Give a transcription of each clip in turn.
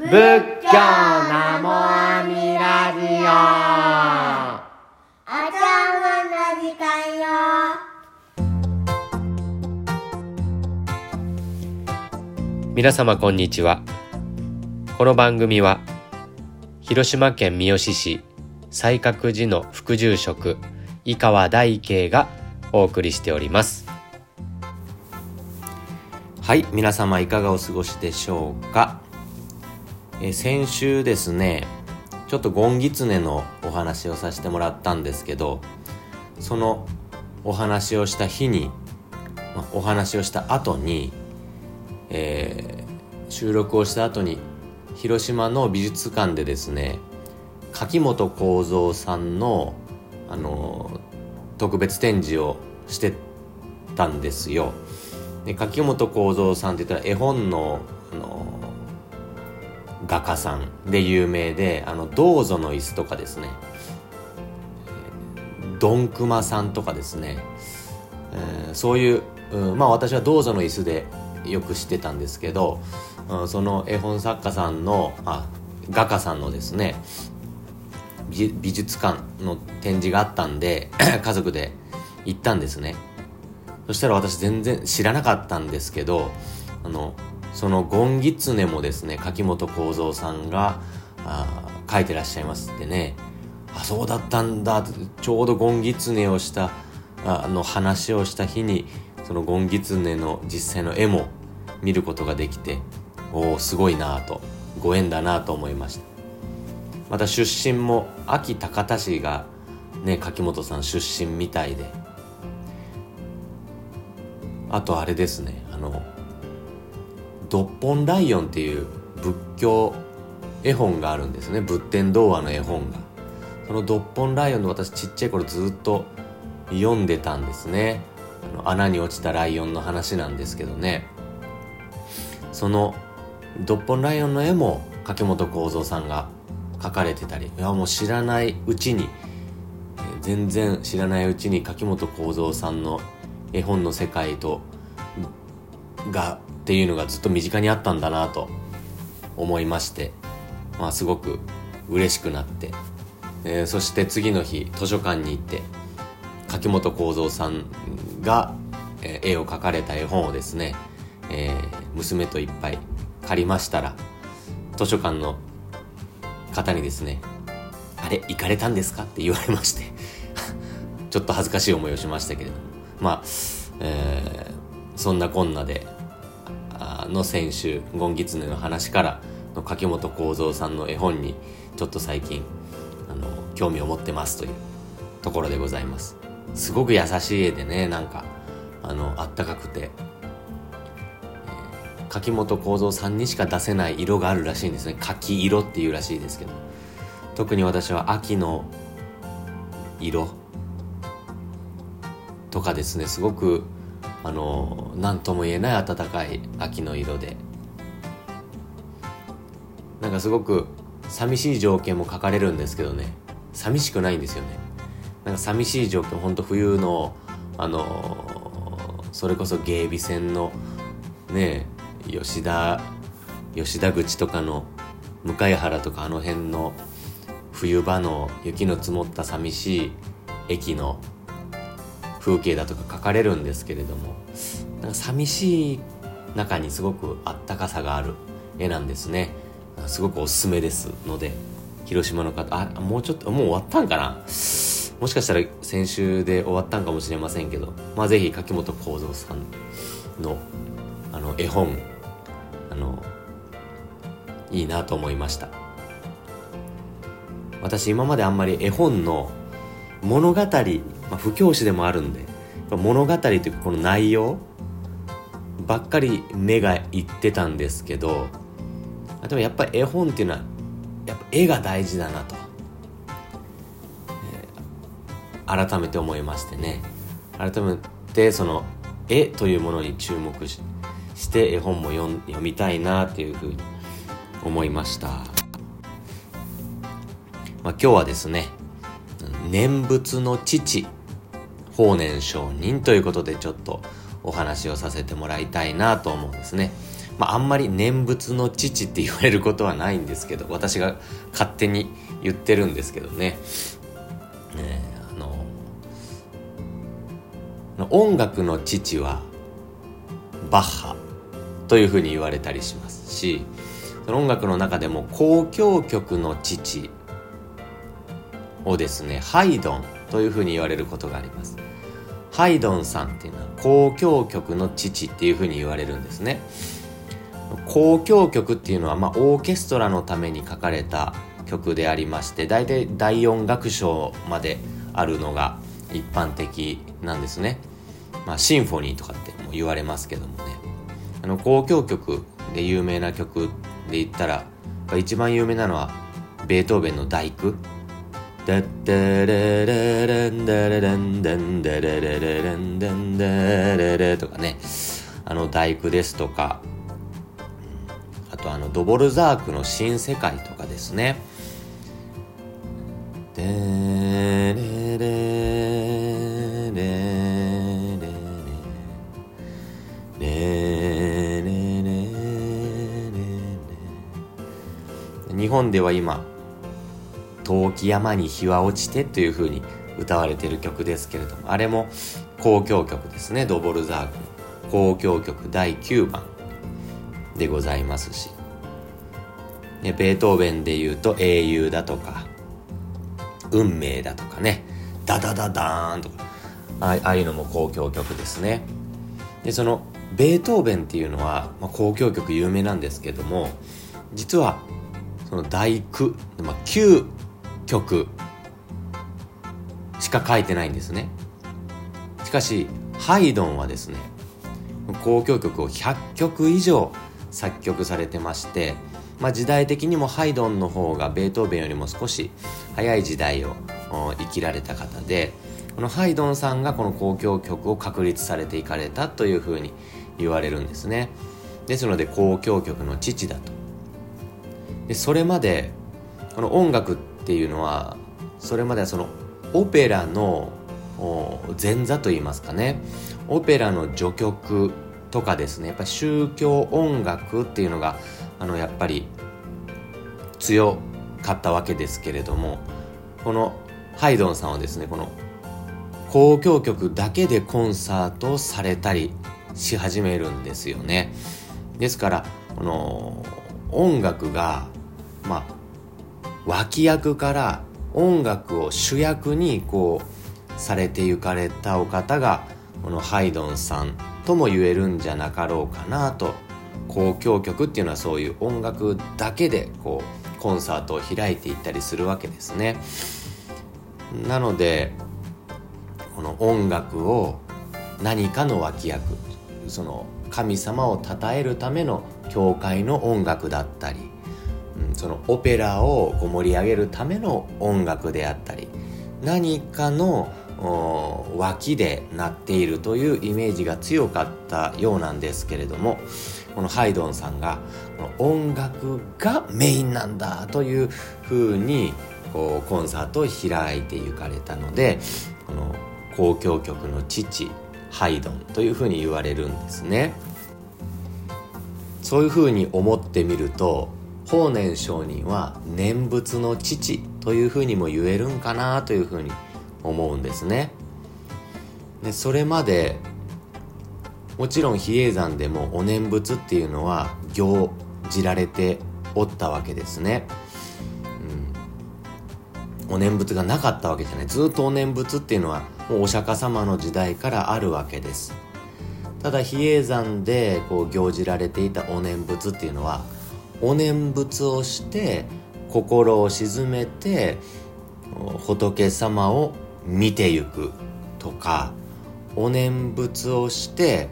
仏教ナモアミラジオ。 お茶碗の時間よ。 皆様こんにちは。この番組は広島県三次市西覚寺の副住職井川大慶がお送りしております。はい、皆様いかがお過ごしでしょうか。先週ですね、ちょっとゴンギツネのお話をさせてもらったんですけど、そのお話をした日に、お話をした後に、収録をした後に広島の美術館でですね、柿本幸三さんの、特別展示をしてたんですよ。で、柿本幸三さんって言ったら絵本の、画家さんで有名で、銅像の椅子とかですね、ドンクマさんとかですね、そういう、私は銅像の椅子でよく知ってたんですけど、その絵本作家さんの画家さんのですね、美術館の展示があったんで家族で行ったんですね。そしたら私全然知らなかったんですけど、そのゴンギツネもですね、柿本幸三さんが描いてらっしゃいますってね。そうだったんだ。ちょうどゴンギツネをした話をした日に、そのゴンギツネの実際の絵も見ることができて、すごいなと、ご縁だなと思いました。また出身も安芸高田市がね、柿本さん出身みたいで、あとあれですね、ドッポンライオンっていう仏教絵本があるんですね。仏典童話の絵本が、そのドッポンライオンの私ちっちゃい頃ずっと読んでたんですね。穴に落ちたライオンの話なんですけどね、そのドッポンライオンの絵も柿本幸三さんが描かれてたり、もう知らないうちに、全然知らないうちに柿本幸三さんの絵本の世界っていうのがずっと身近にあったんだなと思いまして、すごく嬉しくなって、そして次の日図書館に行って柿本幸三さんが、絵を描かれた絵本をですね、娘といっぱい借りましたら、図書館の方にですね、あれ行かれたんですかって言われましてちょっと恥ずかしい思いをしましたけれども、そんなこんなで先週ゴンギツネの話からの柿本幸三さんの絵本にちょっと最近興味を持ってますというところでございます。すごく優しい絵でね、なんかあったかくて、柿本幸三さんにしか出せない色があるらしいんですね。柿色っていうらしいですけど、特に私は秋の色とかですね、すごく何とも言えない暖かい秋の色で、なんかすごく寂しい情景も描かれるんですけどね、寂しくないんですよね。なんか寂しい情景、ほんと冬のそれこそ芸備線のね、吉田口とかの向原とか、あの辺の冬場の雪の積もった寂しい駅の風景だとか描かれるんですけれども、なんか寂しい中にすごくあったかさがある絵なんですね。すごくおすすめですので、広島の方、もう終わったんかな、もしかしたら先週で終わったんかもしれませんけど、ぜひ柿本幸三さんの絵本いいなと思いました。私今まであんまり絵本の物語、布教師でもあるんで、物語というかこの内容ばっかり目がいってたんですけど、でもやっぱり絵本っていうのはやっぱ絵が大事だなと、改めて思いましてね、改めてその絵というものに注目して絵本も読みたいなっていうふうに思いました。今日はですね、念仏の父法然上人ということでちょっとお話をさせてもらいたいなと思うんですね。 あんまり念仏の父って言われることはないんですけど、私が勝手に言ってるんですけどね。音楽の父はバッハというふうに言われたりしますし、その音楽の中でも交響曲の父をですね、ハイドンというふうに言われることがあります。ハイドンさんっていうのは交響曲の父っていうふうに言われるんですね。交響曲っていうのは、オーケストラのために書かれた曲でありまして、大体第4楽章まであるのが一般的なんですね。シンフォニーとかっても言われますけどもね、交響曲で有名な曲で言ったら一番有名なのはベートーベンの第九、ダッダレレレンダレレンダンダレレレレンダンダレレとかね、第九ですとか、あとドボルザークの新世界とかですね。デレレレレレレレ日本では今遠き山に日は落ちてという風に歌われている曲ですけれども、あれも交響曲ですね。ドボルザークの交響曲第9番でございますし、ベートーベンでいうと英雄だとか運命だとかね、ダダダダーンとか、ああいうのも交響曲ですね。でそのベートーベンっていうのは、交響曲有名なんですけども、実はその第9、9曲しか書いてないんですね。しかしハイドンはですね、交響曲を100曲以上作曲されてまして、時代的にもハイドンの方がベートーベンよりも少し早い時代を生きられた方で、このハイドンさんがこの交響曲を確立されていかれたというふうに言われるんですね。ですので交響曲の父だと。でそれまでこの音楽っていうのは、それまではそのオペラの前座といいますかね、オペラの序曲とかですね、やっぱり宗教音楽っていうのがやっぱり強かったわけですけれども、このハイドンさんはですね、この交響曲だけでコンサートをされたりし始めるんですよね。ですからこの音楽が脇役から音楽を主役にされてゆかれたお方がこのハイドンさんとも言えるんじゃなかろうかなと。交響曲っていうのはそういう音楽だけでコンサートを開いていったりするわけですね。なのでこの音楽を何かの脇役、その神様を称えるための教会の音楽だったり、そのオペラを盛り上げるための音楽であったり、何かの脇で鳴っているというイメージが強かったようなんですけれども、このハイドンさんがこの音楽がメインなんだというふうにコンサートを開いてゆかれたので、この交響曲の父ハイドンというふうに言われるんですね。そういうふうに思ってみると、法然上人は念仏の父というふうにも言えるんかなというふうに思うんですね。でそれまでもちろん比叡山でもお念仏っていうのは行じられておったわけですね。お念仏がなかったわけじゃない。ずっとお念仏っていうのはもうお釈迦様の時代からあるわけです。ただ比叡山で行じられていたお念仏っていうのは、お念仏をして心を静めて仏様を見てゆくとか、お念仏をして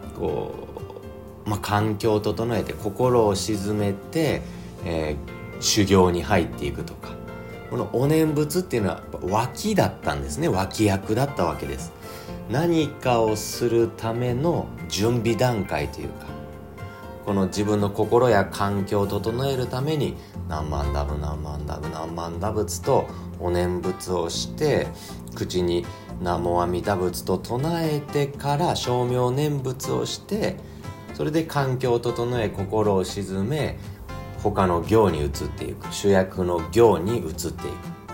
環境を整えて心を静めて、修行に入っていくとか、このお念仏っていうのは脇だったんですね。脇役だったわけです。何かをするための準備段階というか、この自分の心や環境を整えるために何万ダブ何万ダブ何万打仏とお念仏をして、口に南無阿弥陀仏と唱えてから称名念仏をして、 それで環境を整え心を鎮め他の行に移っていく、主役の行に移っていく、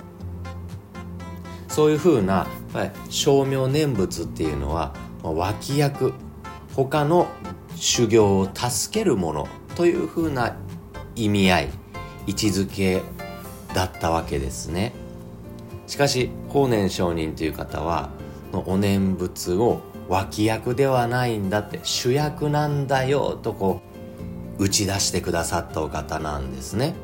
そういうふうな称名念仏っていうのは脇役、他の修行を助けるものというふうな意味合い、位置づけだったわけですね。しかし法然上人という方はお念仏を脇役ではないんだって、主役なんだよと打ち出してくださったお方なんですね。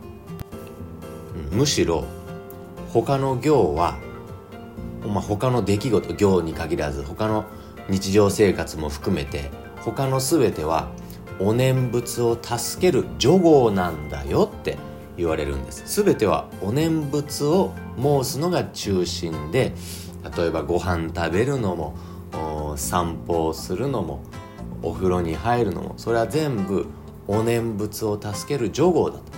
むしろ他の行は、他の出来事、行に限らず他の日常生活も含めて他の全てはお念仏を助ける助業なんだよって言われるんです。全てはお念仏を申すのが中心で、例えばご飯食べるのも散歩をするのもお風呂に入るのも、それは全部お念仏を助ける助業だと。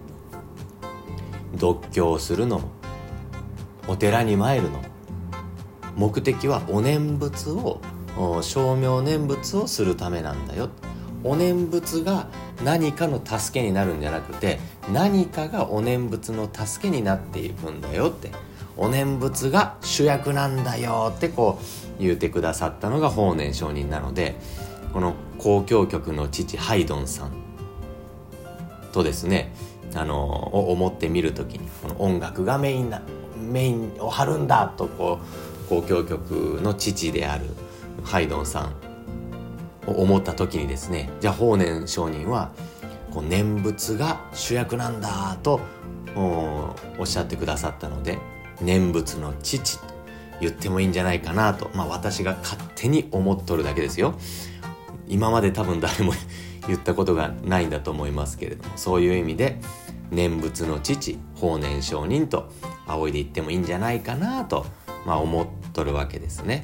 読経するのもお寺に参るのも目的はお念仏を、称名念仏をするためなんだよ。お念仏が何かの助けになるんじゃなくて、何かがお念仏の助けになっていくんだよって、お念仏が主役なんだよって言ってくださったのが法然上人なので、この交響曲の父ハイドンさんとですね、を思ってみるときに、この音楽がメインを張るんだと交響曲の父であるハイドンさんを思ったときにですね、じゃあ法然上人は念仏が主役なんだとおっしゃってくださったので、念仏の父と言ってもいいんじゃないかなと、私が勝手に思っとるだけですよ。今まで多分誰も言ったことがないんだと思いますけれども、そういう意味で念仏の父法然上人と仰いで言ってもいいんじゃないかなと、思っとるわけですね。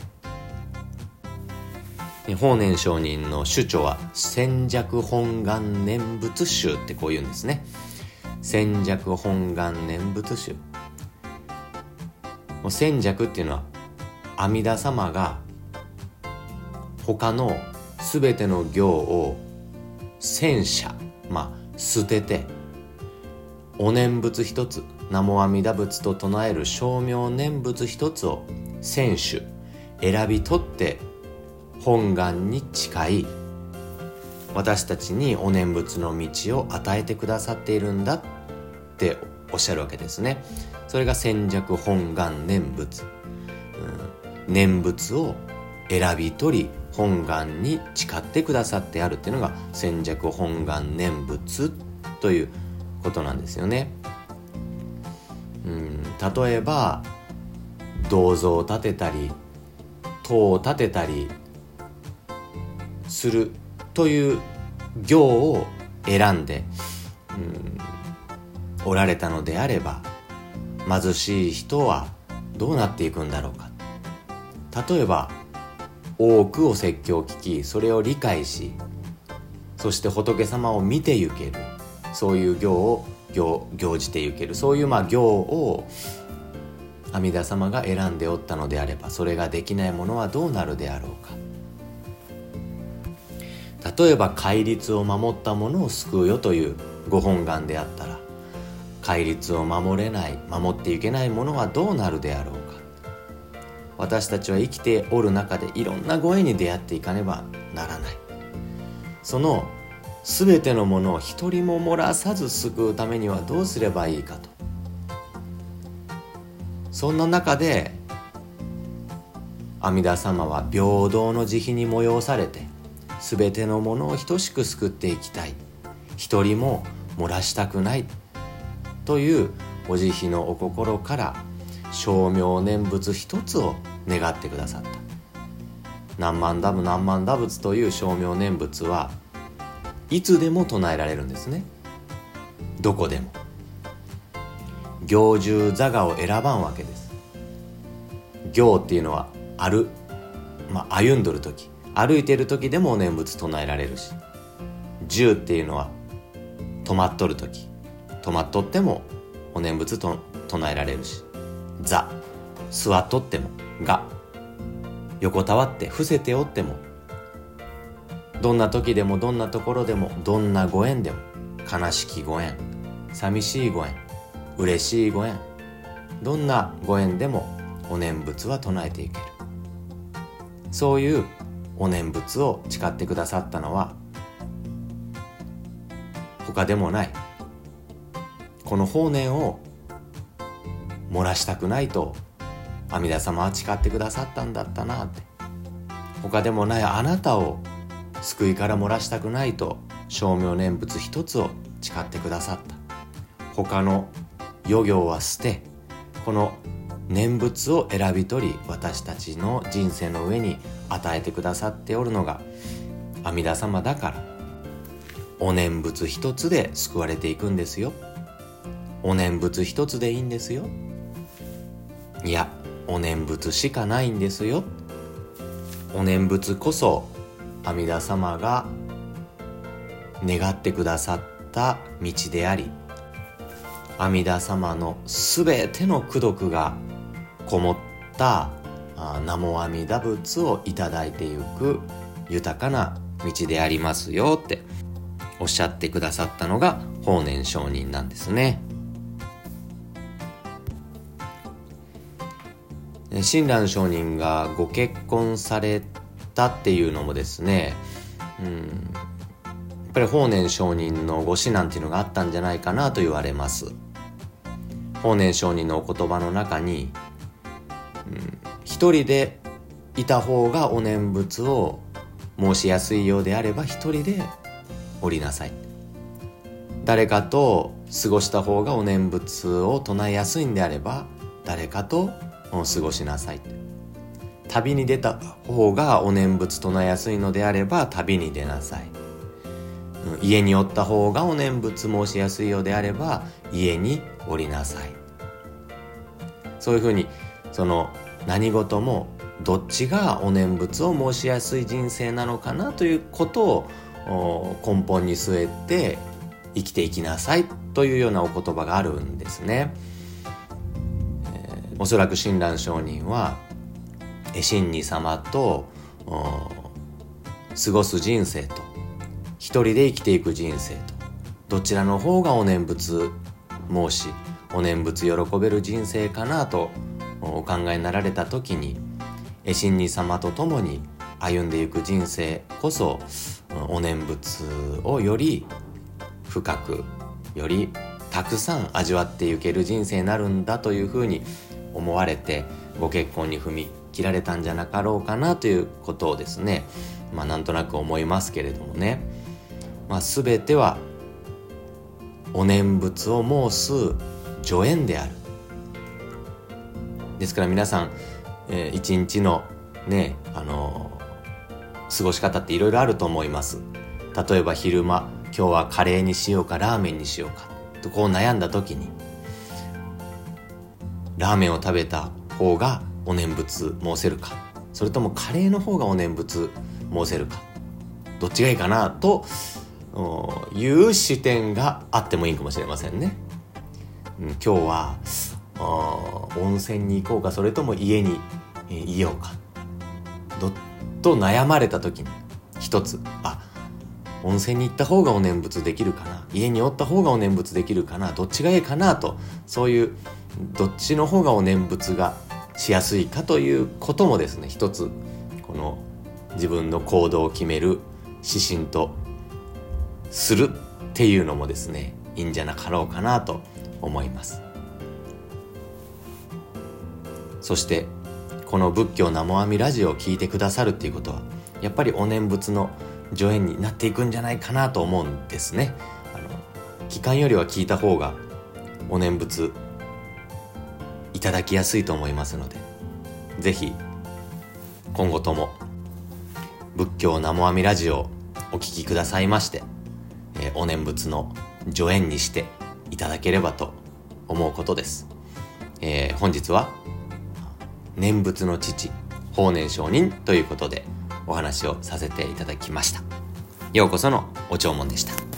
法然上人の主張は千尺本願念仏集って言うんですね。千尺本願念仏集、千尺っていうのは阿弥陀様が他のすべての行を千捨、捨ててお念仏一つ、南無阿弥陀仏と唱える称名念仏一つを選手選び取って本願に誓い、私たちにお念仏の道を与えてくださっているんだっておっしゃるわけですね。それが千尺本願念仏、念仏を選び取り本願に誓ってくださってあるっていうのが千尺本願念仏ということなんですよね。例えば銅像を建てたり塔を建てたりするという行を選んでおられたのであれば、貧しい人はどうなっていくんだろうか。例えば多くお説教を聞き、それを理解し、そして仏様を見てゆける、そういう行を行じてゆける、そういう行を阿弥陀様が選んでおったのであれば、それができないものはどうなるであろうか。例えば戒律を守った者を救うよというご本願であったら、戒律を守っていけないものはどうなるであろうか。私たちは生きておる中でいろんなご縁に出会っていかねばならない。そのすべてのものを一人も漏らさず救うためにはどうすればいいかと。そんな中で阿弥陀様は平等の慈悲に催されて、すべてのものを等しく救っていきたい、一人も漏らしたくないというお慈悲のお心から称名念仏一つを願ってくださった。何万打仏という称名念仏はいつでも唱えられるんですね。どこでも。行住座がを選ばんわけです。行っていうのは歩んどる時、歩いてる時でもお念仏唱えられるし、住っていうのは止まっとる時、止まっとってもお念仏と唱えられるし、座、座っとっても、が、横たわって伏せておってもどんな時でもどんなところでもどんなご縁でも、悲しきご縁、寂しいご縁、嬉しいご縁、どんなご縁でもお念仏は唱えていける。そういうお念仏を誓ってくださったのは他でもない、この法然を漏らしたくないと阿弥陀様は誓ってくださったんだったなって、他でもないあなたを救いから漏らしたくないと称名念仏一つを誓ってくださった。他の余行は捨て、この念仏を選び取り、私たちの人生の上に与えてくださっておるのが阿弥陀様だから、お念仏一つで救われていくんですよ。お念仏一つでいいんですよ。いや、お念仏しかないんですよ。お念仏こそ阿弥陀様が願ってくださった道であり、阿弥陀様のすべての功徳がこもった南無阿弥陀仏をいただいていく豊かな道でありますよっておっしゃってくださったのが法然上人なんですね。親鸞上人がご結婚されたっていうのもですね、やっぱり法然上人のご指南っていうのがあったんじゃないかなと言われます。法然上人のお言葉の中に、一人でいた方がお念仏を申しやすいようであれば一人でおりなさい、誰かと過ごした方がお念仏を唱えやすいんであれば誰かと過ごしなさい、旅に出た方がお念仏唱えやすいのであれば旅に出なさい、家におった方がお念仏申しやすいようであれば家におりなさい。そういうふうにその何事もどっちがお念仏を申しやすい人生なのかなということを根本に据えて生きていきなさいというようなお言葉があるんですね。おそらく親鸞上人は親爾様と過ごす人生と一人で生きていく人生と、どちらの方がお念仏申しお念仏喜べる人生かなとお考えになられた時に、親爾様と共に歩んでいく人生こそお念仏をより深くよりたくさん味わっていける人生になるんだというふうに思われてご結婚に踏み切られたんじゃなかろうかなということをですね、なんとなく思いますけれどもね、全てはお念仏を申す助縁である。ですから皆さん、一日のね過ごし方っていろいろあると思います。例えば昼間、今日はカレーにしようかラーメンにしようかとこう悩んだ時に、ラーメンを食べた方がお念仏申せるか、それともカレーの方がお念仏申せるか、どっちがいいかなという視点があってもいいかもしれませんね。今日は温泉に行こうか、それとも家にいようかと悩まれた時に一つ、温泉に行った方がお念仏できるかな、家におった方がお念仏できるかな、どっちがいいかなと、そういうどっちの方がお念仏がしやすいかということもですね、一つこの自分の行動を決める指針とするっていうのもですね、いいんじゃなかろうかなと思います。そしてこの仏教南無阿弥ラジオを聞いてくださるっていうことは、やっぱりお念仏の助縁になっていくんじゃないかなと思うんですね。聞かんよりは聞いた方がお念仏いただきやすいと思いますので、ぜひ今後とも仏教南無阿弥ラジオをお聞きくださいまして、お念仏の助縁にしていただければと思うことです。本日は念仏の父法然上人ということでお話をさせていただきました。ようこそのお弔問でした。